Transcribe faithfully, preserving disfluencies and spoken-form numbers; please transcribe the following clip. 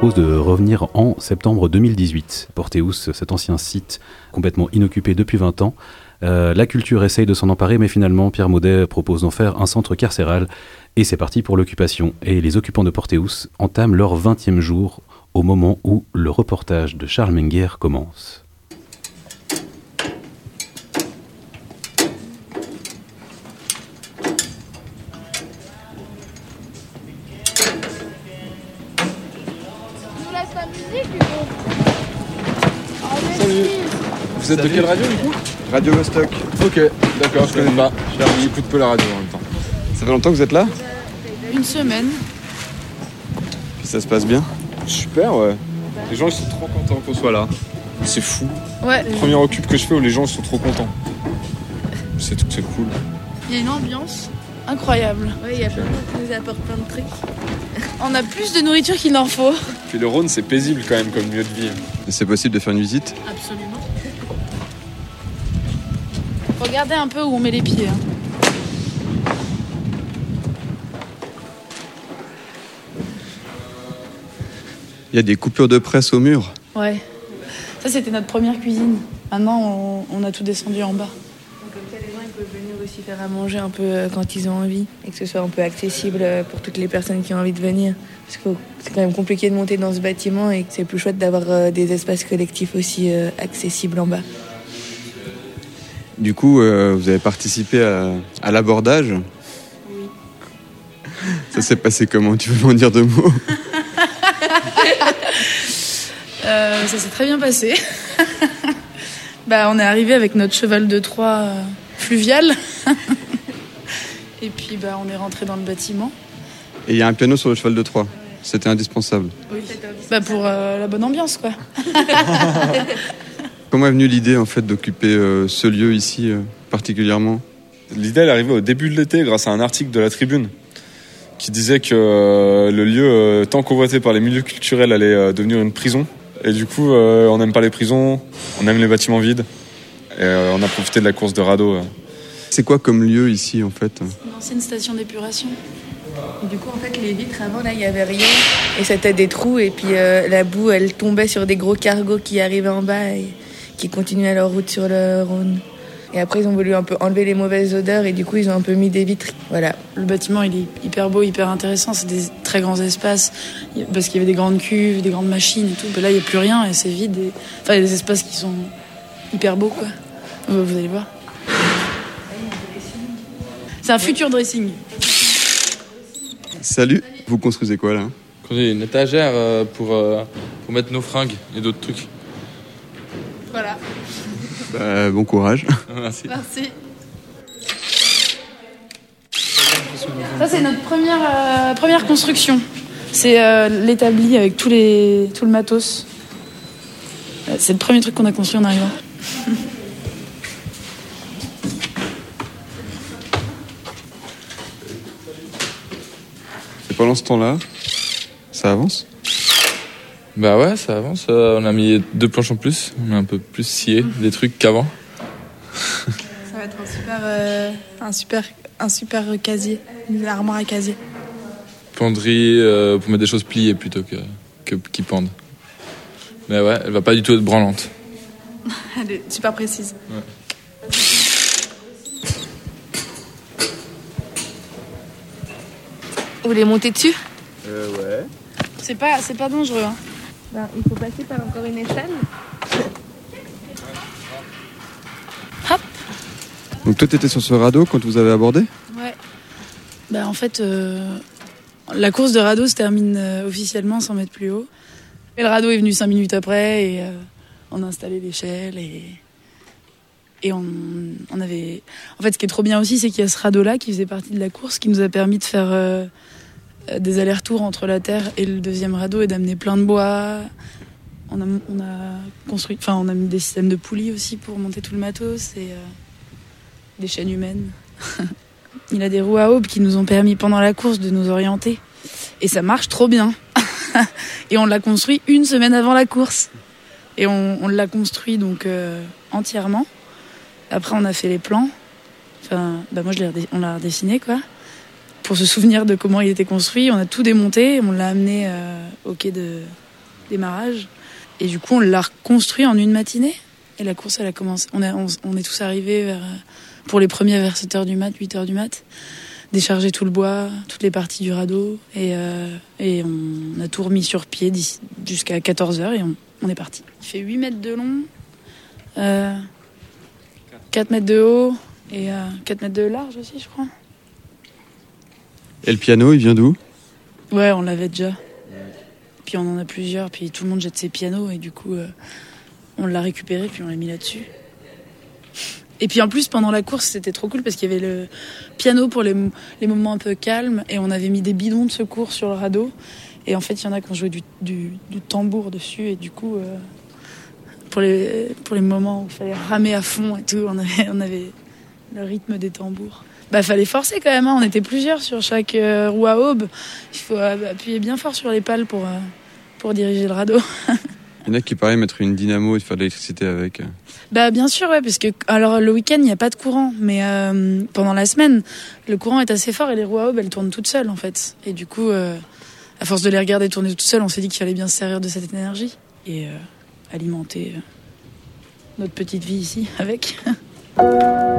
propose de revenir en septembre deux mille dix-huit. Porteus, cet ancien site complètement inoccupé depuis vingt ans. Euh, la culture essaye de s'en emparer, mais finalement, Pierre Maudet propose d'en faire un centre carcéral. Et c'est parti pour l'occupation. Et les occupants de Porteus entament leur vingtième jour au moment où le reportage de Charles Menger commence. Salut. Vous êtes Salut. De quelle radio du coup ? Radio Vostok. Ok, d'accord, je connais pas. J'écoute peu la radio en même temps. Ça fait longtemps que vous êtes là ? Une semaine. Puis ça se passe bien ? Super, ouais. Les gens ils sont trop contents qu'on soit là. C'est fou. Ouais. Premier occupe que je fais où les gens ils sont trop contents. C'est, c'est cool. Il y a une ambiance incroyable. Oui, il y a plein de gens qui nous apportent plein de trucs. On a plus de nourriture qu'il n'en faut. Puis le Rhône, c'est paisible quand même comme lieu de vie. Et c'est possible de faire une visite ? Absolument. Regardez un peu où on met les pieds. Hein. Il y a des coupures de presse au mur ? Ouais. Ça, c'était notre première cuisine. Maintenant, on, on a tout descendu en bas. Donc, comme ça, les gens ils peuvent venir aussi faire à manger un peu quand ils ont envie. Et que ce soit un peu accessible pour toutes les personnes qui ont envie de venir. Parce que c'est quand même compliqué de monter dans ce bâtiment et que c'est plus chouette d'avoir des espaces collectifs aussi accessibles en bas. Du coup, euh, vous avez participé à, à l'abordage ? Oui. Ça s'est passé comment ? Tu veux m'en dire deux mots ? euh, Ça s'est très bien passé. Bah, on est arrivé avec notre cheval de Troie euh, fluvial. Et puis bah, on est rentré dans le bâtiment. Et il y a un piano sur le cheval de Troie. C'était indispensable. Oui, bah, pour euh, la bonne ambiance, quoi. Comment est venue l'idée en fait d'occuper euh, ce lieu ici euh, particulièrement ? L'idée elle est arrivée au début de l'été grâce à un article de la Tribune qui disait que euh, le lieu euh, tant convoité par les milieux culturels allait euh, devenir une prison. Et du coup, euh, on n'aime pas les prisons, on aime les bâtiments vides. Et euh, on a profité de la course de radeau. Euh. C'est quoi comme lieu ici en fait ? Une ancienne station d'épuration. Et du coup, en fait, les vitres avant là, il y avait rien et c'était des trous et puis euh, la boue, elle tombait sur des gros cargos qui arrivaient en bas et qui continuaient leur route sur le Rhône. Et après, ils ont voulu un peu enlever les mauvaises odeurs et du coup, ils ont un peu mis des vitres. Voilà. Le bâtiment, il est hyper beau, hyper intéressant. C'est des très grands espaces parce qu'il y avait des grandes cuves, des grandes machines et tout. Mais là, il n'y a plus rien et c'est vide. Et... Enfin, il y a des espaces qui sont hyper beaux, quoi. Vous allez voir. C'est un futur dressing. Salut. Vous construisez quoi là ? Construisez une étagère pour, pour mettre nos fringues et d'autres trucs. Voilà. Bah, bon courage. Merci. Merci. Ça, c'est notre première, euh, première construction. C'est euh, l'établi avec tous les, tout le matos. C'est le premier truc qu'on a construit en arrivant. Et pendant ce temps-là, ça avance ? Bah ouais, ça avance. Euh, on a mis deux planches en plus. On a un peu plus scié des trucs qu'avant. Ça va être un super, euh, un super, un super casier, une armoire à casier. Penderie euh, pour mettre des choses pliées plutôt que, que qui pendent. Mais ouais, elle va pas du tout être branlante. Elle est super précise. Ouais. Vous voulez monter dessus ? Euh, ouais. C'est pas, c'est pas dangereux, hein. Ben, il faut passer par encore une échelle. Hop. Donc toi, t'étais sur ce radeau quand vous avez abordé ? Ouais. Bah en fait, euh, la course de radeau se termine euh, officiellement cent mètres plus haut. Et le radeau est venu cinq minutes après et euh, on a installé l'échelle et et on, on avait. En fait, ce qui est trop bien aussi, c'est qu'il y a ce radeau-là qui faisait partie de la course, qui nous a permis de faire euh, des allers-retours entre la terre et le deuxième radeau et d'amener plein de bois. On a, on a construit, enfin, on a mis des systèmes de poulies aussi pour monter tout le matos et euh, des chaînes humaines. Il a des roues à aubes qui nous ont permis pendant la course de nous orienter. Et ça marche trop bien. Et on l'a construit une semaine avant la course. Et on, on l'a construit donc euh, entièrement. Après, on a fait les plans. Enfin, bah moi, je l'ai redé- on l'a redessiné, quoi. Pour se souvenir de comment il était construit. On a tout démonté. On l'a amené euh, au quai de, démarrage. Et du coup, on l'a reconstruit en une matinée. Et la course, elle a commencé. On, a, on, on est tous arrivés vers, pour les premiers vers sept heures du mat, huit heures du mat. Décharger tout le bois, toutes les parties du radeau. Et, euh, et on a tout remis sur pied jusqu'à quatorze heures et on, on est parti. Il fait huit mètres de long, euh, quatre mètres de haut et euh, quatre mètres de large aussi, je crois. Et le piano, il vient d'où ? Ouais, on l'avait déjà. Puis on en a plusieurs, puis tout le monde jette ses pianos et du coup, euh, on l'a récupéré puis on l'a mis là-dessus. Et puis en plus, pendant la course, c'était trop cool parce qu'il y avait le piano pour les, les moments un peu calmes et on avait mis des bidons de secours sur le radeau. Et en fait, il y en a qui ont joué du, du, du tambour dessus et du coup, euh, pour, les, pour les moments où il fallait ramer à fond et tout, on avait, on avait le rythme des tambours. Bah, fallait forcer quand même, hein. On était plusieurs sur chaque euh, roue à aube. Il faut euh, appuyer bien fort sur les pales pour, euh, pour diriger le radeau. Il y en a qui paraît mettre une dynamo et de faire de l'électricité avec. Bah bien sûr, ouais, parce que alors le week-end il n'y a pas de courant, mais euh, pendant la semaine le courant est assez fort et les roues à aube elles tournent toutes seules en fait. Et du coup, euh, à force de les regarder tourner toutes seules, on s'est dit qu'il fallait bien se servir de cette énergie et euh, alimenter euh, notre petite vie ici avec.